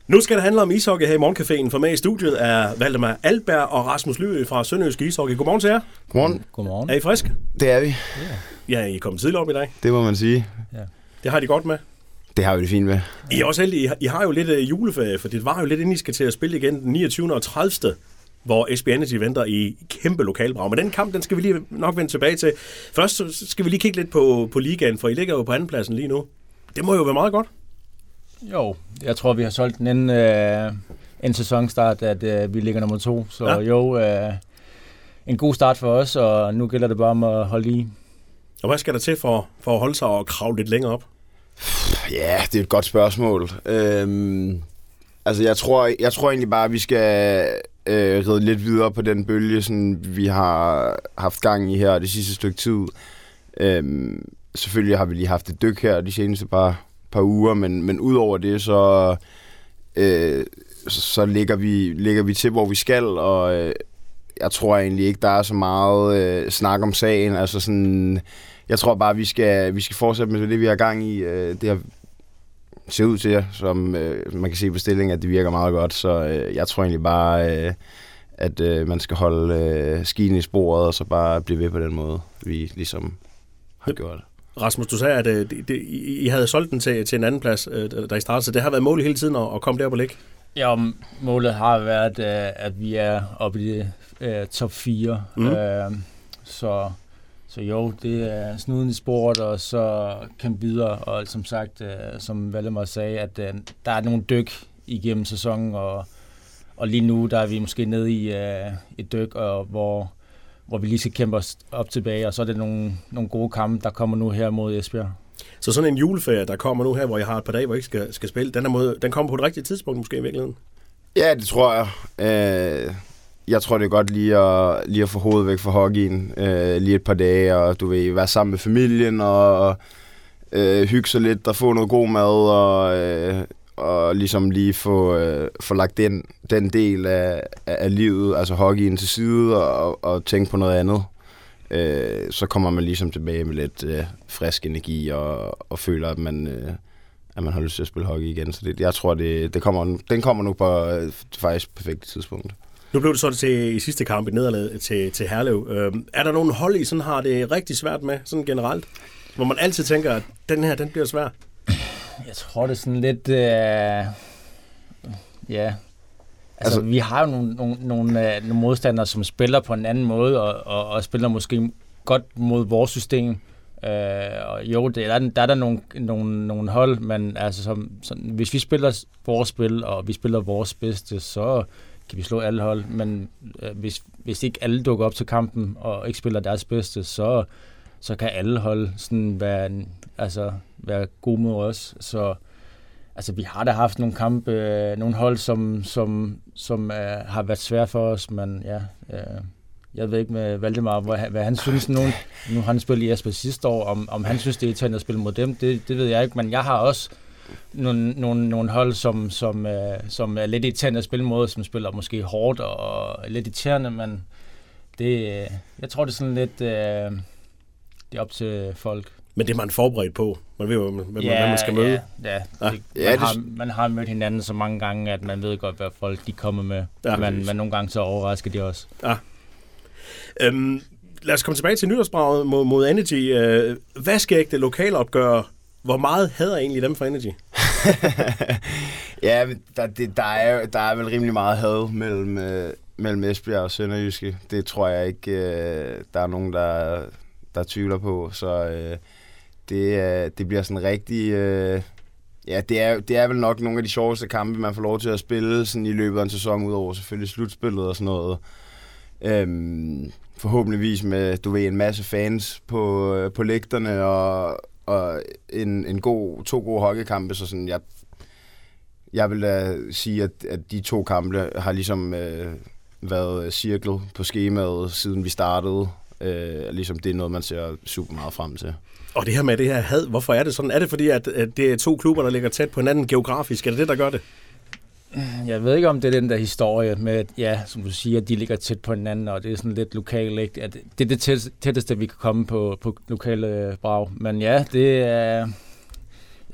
Nu skal det handle om ishockey her i Morgencaféen, for med i studiet er Valdemar Alberg og Rasmus Løe fra Sønderjysk Ishockey. Godmorgen til jer. Godmorgen. Godmorgen. Er I friske? Det er vi. Ja, I er kommet tidligt op i dag. Det må man sige. Ja. Det har de godt med. Det har vi det fint med. I er også heldige. I har jo lidt juleferie, for det var jo lidt inden I skal til at spille igen den 29. og 30. hvor SB Energy venter i kæmpe lokalbrag. Men den kamp, den skal vi lige nok vende tilbage til. Først så skal vi lige kigge lidt på ligaen, for I ligger jo på andenpladsen lige nu. Det må jo være meget godt. Jo, jeg tror, vi har solgt den inden en sæsonstart, at vi ligger nummer 2. Så en god start for os, og nu gælder det bare om at holde i. Og hvad skal der til for at holde sig og kravle lidt længere op? Ja, det er et godt spørgsmål. Altså, jeg tror egentlig bare, at vi skal ride lidt videre på den bølge, sådan, vi har haft gang i her det sidste stykke tid. Selvfølgelig har vi lige haft et dyk her de seneste par uger, men ud over det, så ligger vi til, hvor vi skal, og jeg tror egentlig ikke, der er så meget snak om sagen. Altså sådan, jeg tror bare, vi skal fortsætte med det, vi har gang i. Det har ser ud til, som man kan se på stillingen, at det virker meget godt, så jeg tror egentlig bare, at man skal holde skien i sporet, og så bare blive ved på den måde, vi ligesom har gjort. Rasmus, du sagde, at I havde solgt den til en anden plads, da I startede, så det har været målet hele tiden at komme der på læg? Ja, målet har været, at vi er oppe i top 4. Så jo, det er snuden i sporet, og så kan videre, og som sagt, som Valdemar sagde, at der er nogle dyk igennem sæsonen, og lige nu, der er vi måske nede i et dyk, og hvor vi lige skal kæmpe os op tilbage, og så er det nogle gode kampe, der kommer nu her mod Esbjerg. Så sådan en juleferie, der kommer nu her, hvor jeg har et par dage, hvor jeg ikke skal spille, den kommer på et rigtigt tidspunkt måske i virkeligheden? Ja, det tror jeg. Jeg tror, det er godt lige at få hovedet væk fra hockeyen lige et par dage, og du vil være sammen med familien og hygge sig lidt og få noget god mad og ligesom lige få lagt den del af livet, altså hockeyen til side og tænke på noget andet. Så kommer man ligesom tilbage med lidt frisk energi og føler, at man har lyst til at spille hockey igen. Så jeg tror, den kommer nu på faktisk perfekt tidspunkt. Nu blev det så til i sidste kamp i nederlag til Herlev. Er der nogle hold, I sådan har det rigtig svært med, sådan generelt? Hvor man altid tænker, at den her, den bliver svær? Jeg tror, det er sådan lidt... ja. Altså, vi har jo nogle modstandere, som spiller på en anden måde, og spiller måske godt mod vores system. Og jo, der er nogle hold, men altså, hvis vi spiller vores spil, og vi spiller vores bedste, så kan vi slå alle hold. Men hvis ikke alle dukker op til kampen, og ikke spiller deres bedste, så kan alle hold sådan være gode mod os. Så altså, vi har da haft nogle kampe, nogle hold, som har været svære for os, men ja, jeg ved ikke med Valdemar, hvad han synes nu har han spillet i Esbjerg sidste år, om han synes, det er irriterende at spille mod dem, det ved jeg ikke, men jeg har også nogle hold, som er lidt irriterende at spille mod, som spiller måske hårdt og lidt irriterende, men jeg tror, det er sådan lidt, det er op til folk. Men det er man forberedt på. Man ved jo, hvad man skal møde. Man har mødt hinanden så mange gange, at man ved godt, hvad folk de kommer med. Ja, men nogle gange så overrasker de også. Ja. Lad os komme tilbage til nytårsbraget mod Energy. Hvad skal ikke det lokale opgøre? Hvor meget hader egentlig dem for Energy? Ja, der er vel rimelig meget had mellem Esbjerg og Sønderjyske. Det tror jeg ikke, der er nogen, der tvivler på. Så det bliver sådan rigtig... ja, det er vel nok nogle af de sjoveste kampe, man får lov til at spille sådan i løbet af en sæson, udover selvfølgelig slutspillet og sådan noget. Forhåbentligvis med, en masse fans på lægterne og to gode hockeykampe, så sådan, jeg vil da sige, at de 2 kampe har ligesom været cirklet på skemaet, siden vi startede. Ligesom det er noget, man ser super meget frem til. Og det her med det her had, hvorfor er det sådan? Er det fordi, at det er 2 klubber, der ligger tæt på hinanden geografisk? Er det, der gør det? Jeg ved ikke, om det er den der historie med, ja, som du siger, at de ligger tæt på hinanden, og det er sådan lidt lokalt, ikke? At det er det tætteste, vi kan komme på lokale brag. Men ja, det er... Jeg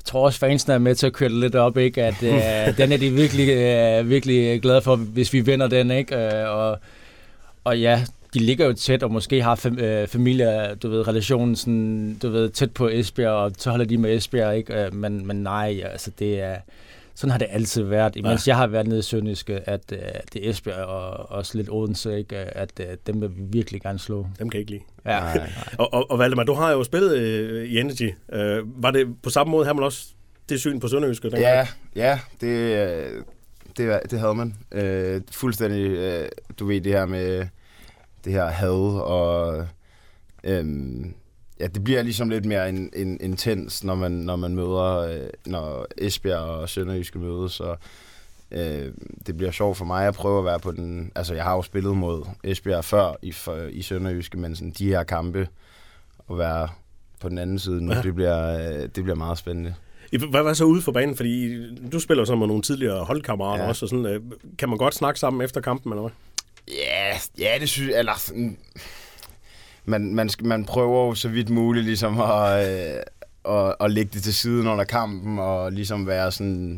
tror også, fansene er med til at køre det lidt op, ikke? At den er de virkelig glade for, hvis vi vinder den, ikke? Og ja, de ligger jo tæt, og måske har familie, relationen sådan, tæt på Esbjerg, og så holder de med Esbjerg, ikke? Men nej, altså det er... Sådan har det altid været, imens jeg har været nede i Sønderjyske, at det er Esbjerg og også lidt Odense, ikke? At dem vil vi virkelig gerne slå. Dem kan jeg ikke lide. Ja. Og Valdemar, du har jo spillet i Energy. Var det på samme måde, havde man også det syn på Sønderjyske? Ja, det havde man. Fuldstændig, du ved det her med det her had og... Ja, det bliver ligesom lidt mere intens, når man møder, når Esbjerg og Sønderjyske mødes, og det bliver sjovt for mig at prøve at være på den... Altså, jeg har jo spillet mod Esbjerg før i Sønderjyske, men sådan de her kampe, at være på den anden side nu, det bliver meget spændende. Hvad var så ude for banen? Fordi du spiller så med nogle tidligere holdkammerater også, og sådan, kan man godt snakke sammen efter kampen, eller hvad? Ja, det synes jeg... Eller, Man prøver jo så vidt muligt ligesom at lægge det til siden under kampen og ligesom være sådan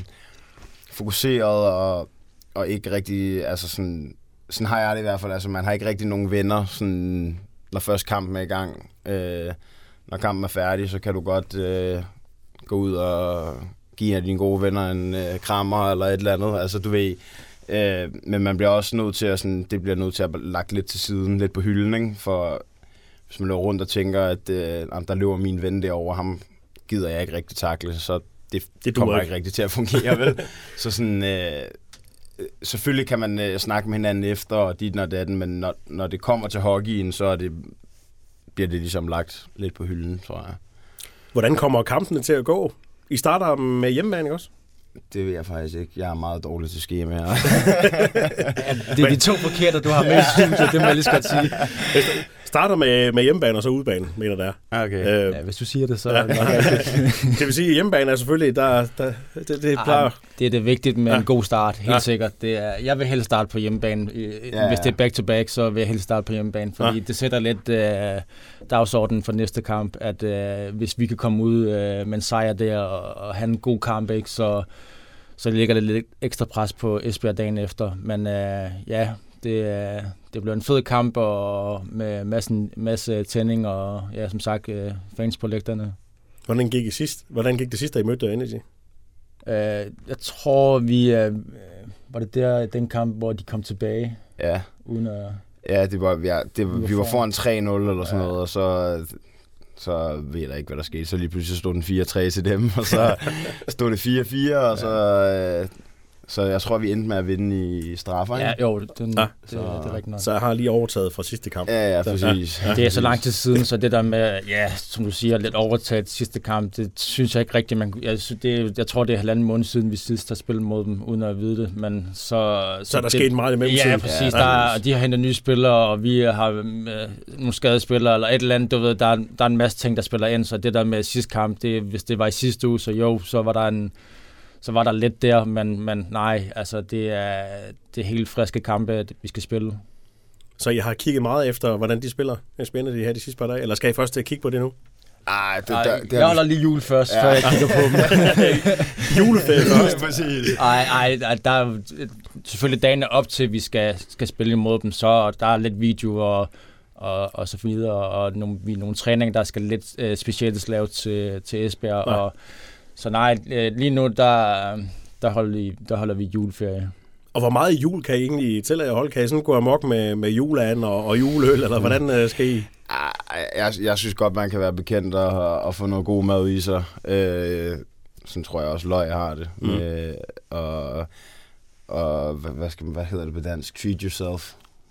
fokuseret og ikke rigtig, altså sådan har jeg det i hvert fald, altså man har ikke rigtig nogen venner, sådan, når først kampen er i gang. Når kampen er færdig, så kan du godt gå ud og give en af dine gode venner en krammer eller et eller andet, altså du ved. Men man bliver også nødt til at sådan, det bliver nødt til at lagt lidt til siden, lidt på hylden, ikke? For hvis man løber rundt og tænker, at der løber min ven derovre, ham gider jeg ikke rigtig takle, så det kommer ikke rigtig til at fungere, vel? Så sådan, selvfølgelig kan man snakke med hinanden efter, og dit og datten, men når det kommer til hockeyen, så bliver det ligesom lagt lidt på hylden, tror jeg. Hvordan kommer kampene til at gå? I starter med hjemmebane, også? Det ved jeg faktisk ikke. Jeg er meget dårlig til skemaer. Det er de to forkerte, du har med i studiet, det må jeg lige godt sige. Starter med hjemmebane og så udebane, mener det er. Okay. Ja, hvis du siger det, så... Ja. Det vil sige, at hjemmebane er selvfølgelig, det plejer... Det er det vigtigt med en god start, helt sikkert. Jeg vil helst starte på hjemmebane. Hvis det er back-to-back, så vil jeg helst starte på hjemmebane, fordi det sætter lidt dagsordenen for næste kamp, at hvis vi kan komme ud med en sejr der og have en god kamp, ikke, så ligger det lidt ekstra pres på Esbjerg dagen efter. Men det blev en fed kamp og med masse tænding og som sagt fans på lægterne. Hvordan gik det sidste, da I mødte Energy? Jeg tror var det der den kamp, hvor de kom tilbage. Ja. Uden at... Ja, vi var foran 3-0 eller sådan noget, og så ved jeg da ikke, hvad der skete. Så lige pludselig stod den 4-3 til dem, og så stod det 4-4, og så jeg tror, vi endte med at vinde i straffer. Ja, jo, det er rigtigt nok. Så jeg har lige overtaget fra sidste kamp. Ja, præcis. Ja. Det er så lang tid siden, så det der med, som du siger, lidt overtaget sidste kamp, det synes jeg ikke rigtigt, jeg tror, det er 1,5 måned siden, vi sidst har spillet mod dem, uden at vide det, men så er der sket meget i mellemtiden. Ja, præcis. De har hentet nye spillere, og vi har nogle skadespillere, eller et eller andet, du ved, der er en masse ting, der spiller ind, så det der med sidste kamp, hvis det var i sidste uge, så var der lidt der, men nej, altså det er helt friske kampe, vi skal spille. Så I har kigget meget efter, hvordan de spiller spændende de sidste par dage, eller skal I først kigge på det nu? Jeg holder lige jul først, før jeg kigger på dem. Juleferie først. Præcis. Der er selvfølgelig dagene op til, vi skal spille imod dem, så der er lidt video og så videre, og nogle træninger, der skal lidt specielt lavet til Esbjerg, og så nej, lige nu, der holder vi juleferie. Og hvor meget jul kan I egentlig tillade at holde? Kan I sådan gå amok med juleand og juleøl, eller hvordan skal I? Jeg synes godt, man kan være bekendt og få noget god mad i sig. Sådan tror jeg også, Løg har det. Og hvad hedder det på dansk? Treat yourself.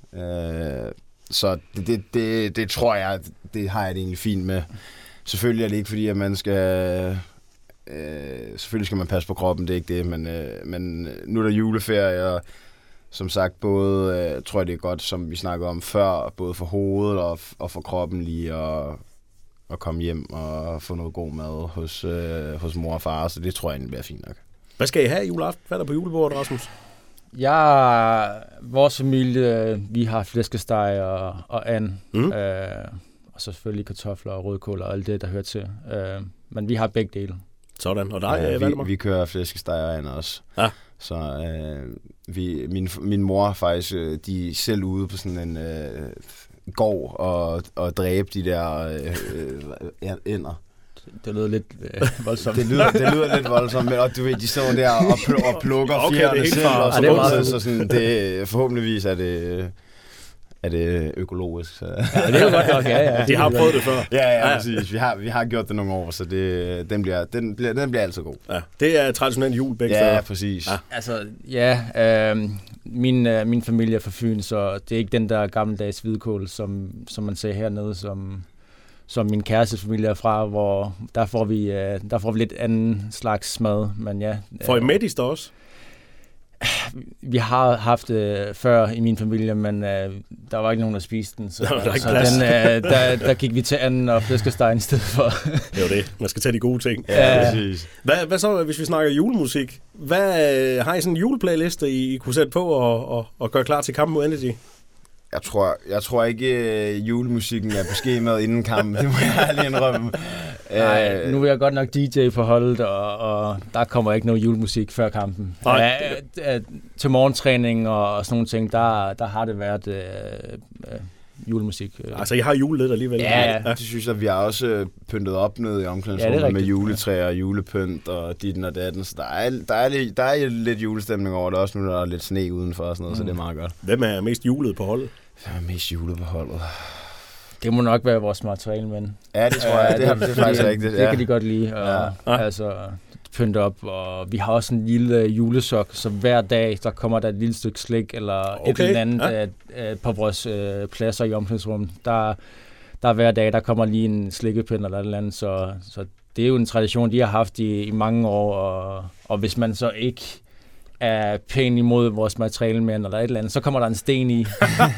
Så det tror jeg, det har jeg det egentlig fint med. Selvfølgelig er det ikke fordi, at man skal... selvfølgelig skal man passe på kroppen, det er ikke det, men nu er der juleferie, og som sagt, både tror jeg det er godt, som vi snakkede om før, både for hovedet og for kroppen lige at komme hjem og få noget god mad hos mor og far, så det tror jeg egentlig bliver fint nok. Hvad skal I have i juleaften? Hvad er der på julebordet, Rasmus? Vores familie, vi har flæskesteg og and, og så selvfølgelig kartofler og rødkål og alt det, der hører til. Men vi har begge dele. Sådan, og dig, Valdemar? Vi kører flæskesteger også. Ja. Så min mor faktisk, de er selv ude på sådan en gård og dræbe de der ænder. Det lyder lidt voldsomt. Det lyder lidt voldsomt, men og du ved, de står der og plukker fjerne selv, og så sådan, det, forhåbentligvis er det økologisk. Så. Ja, det er jo godt nok, ja. De har prøvet det før. Ja, præcis. Vi har gjort det nogle år, så den bliver altid god. Ja, det er traditionelt jul begge steder. Ja, præcis. Ja. Altså, min familie er fra Fyn, så det er ikke den der gammeldags hvidkål, som man ser hernede, som min kærestes familie er fra, hvor der får vi lidt anden slags mad, men ja. Får I Metis der også? Vi har haft det før i min familie, men der var ikke nogen, der spiste den. Så der gik vi til anden og flæskesteg i stedet for. Det er jo det. Man skal tage de gode ting. Ja, præcis. Hvad så, hvis vi snakker julemusik? Har I sådan en juleplayliste, I kunne sætte på og gøre klar til kampen mod Energy? Jeg tror ikke, julemusikken er på skemaet inden kampen. Det må jeg ærlig indrømme. Nej, nu er jeg godt nok DJ på holdet, og der kommer ikke noget julemusik før kampen. Til morgentræning og sådan nogle ting, der har det været julemusik. Altså, I har julet alligevel? Ja, det synes jeg, vi har også pyntet op nede i omklædningsrummet med juletræer og julepynt og ditten og datten. Så der er lidt julestemning over det også nu, der er lidt sne udenfor og sådan noget, så det er meget godt. Hvem er mest julet på holdet? Hvem er mest julet på holdet? Det må nok være vores materialemænd. Ja, det tror jeg. Det er faktisk rigtigt. Det kan de godt lide. Og, altså, pynte op, og vi har også en lille julesok, så hver dag, der kommer der et lille stykke slik, eller et eller andet på vores pladser i omklædningsrummet. Der hver dag, der kommer lige en slikkepind eller et eller andet, så det er jo en tradition, de har haft i mange år, og hvis man så ikke er pæn imod vores materialemænd eller et eller andet, så kommer der en sten i.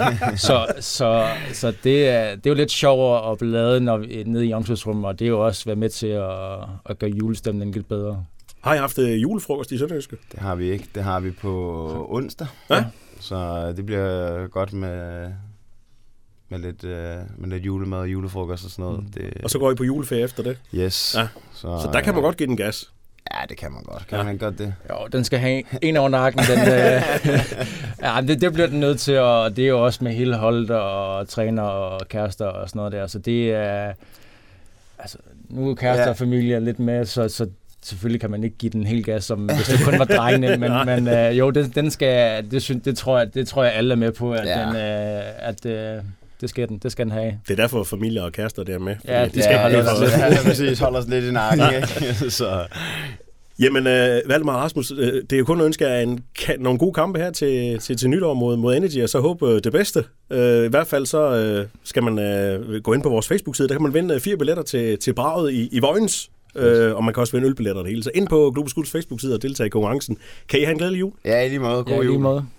så det er jo lidt sjovere at blive lavet nede i omklædningsrummet, og det er jo også været med til at gøre julestemningen lidt bedre. Har I haft julefrokost i Sønderjyske? Det har vi ikke. Det har vi på onsdag. Ja. Så det bliver godt med lidt julemad og julefrokost og sådan noget. Og så går I på juleferie efter det? Yes. Ja. Så der kan man godt give den gas? Ja, det kan man godt. Kan man godt det? Jo, den skal have en over nakken. Det bliver den nødt til, og det er jo også med hele holdet og træner og kærester og sådan noget der. Så det er... Altså, nu er kærester og familie lidt med, så selvfølgelig kan man ikke give den helt gas, som hvis det kun var drengene, men jo, den skal... Det tror jeg alle er med på, at det skal den have. Det er derfor familier og kærester der med. Ja, det skal holde os lidt i nakken, ikke? Så... Jamen, Valdemar og Rasmus, det er jo kun at ønske jer nogle gode kampe her til nytår mod Energy, og så håbe det bedste. I hvert fald så skal man gå ind på vores Facebook-side, der kan man vinde 4 billetter til Braget i Vojens, og man kan også vinde ølbilletter det hele. Så ind på Globus Gulds Facebook-side og deltage i konkurrencen. Kan I have en glædelig jul? Ja, i lige måde. God jul.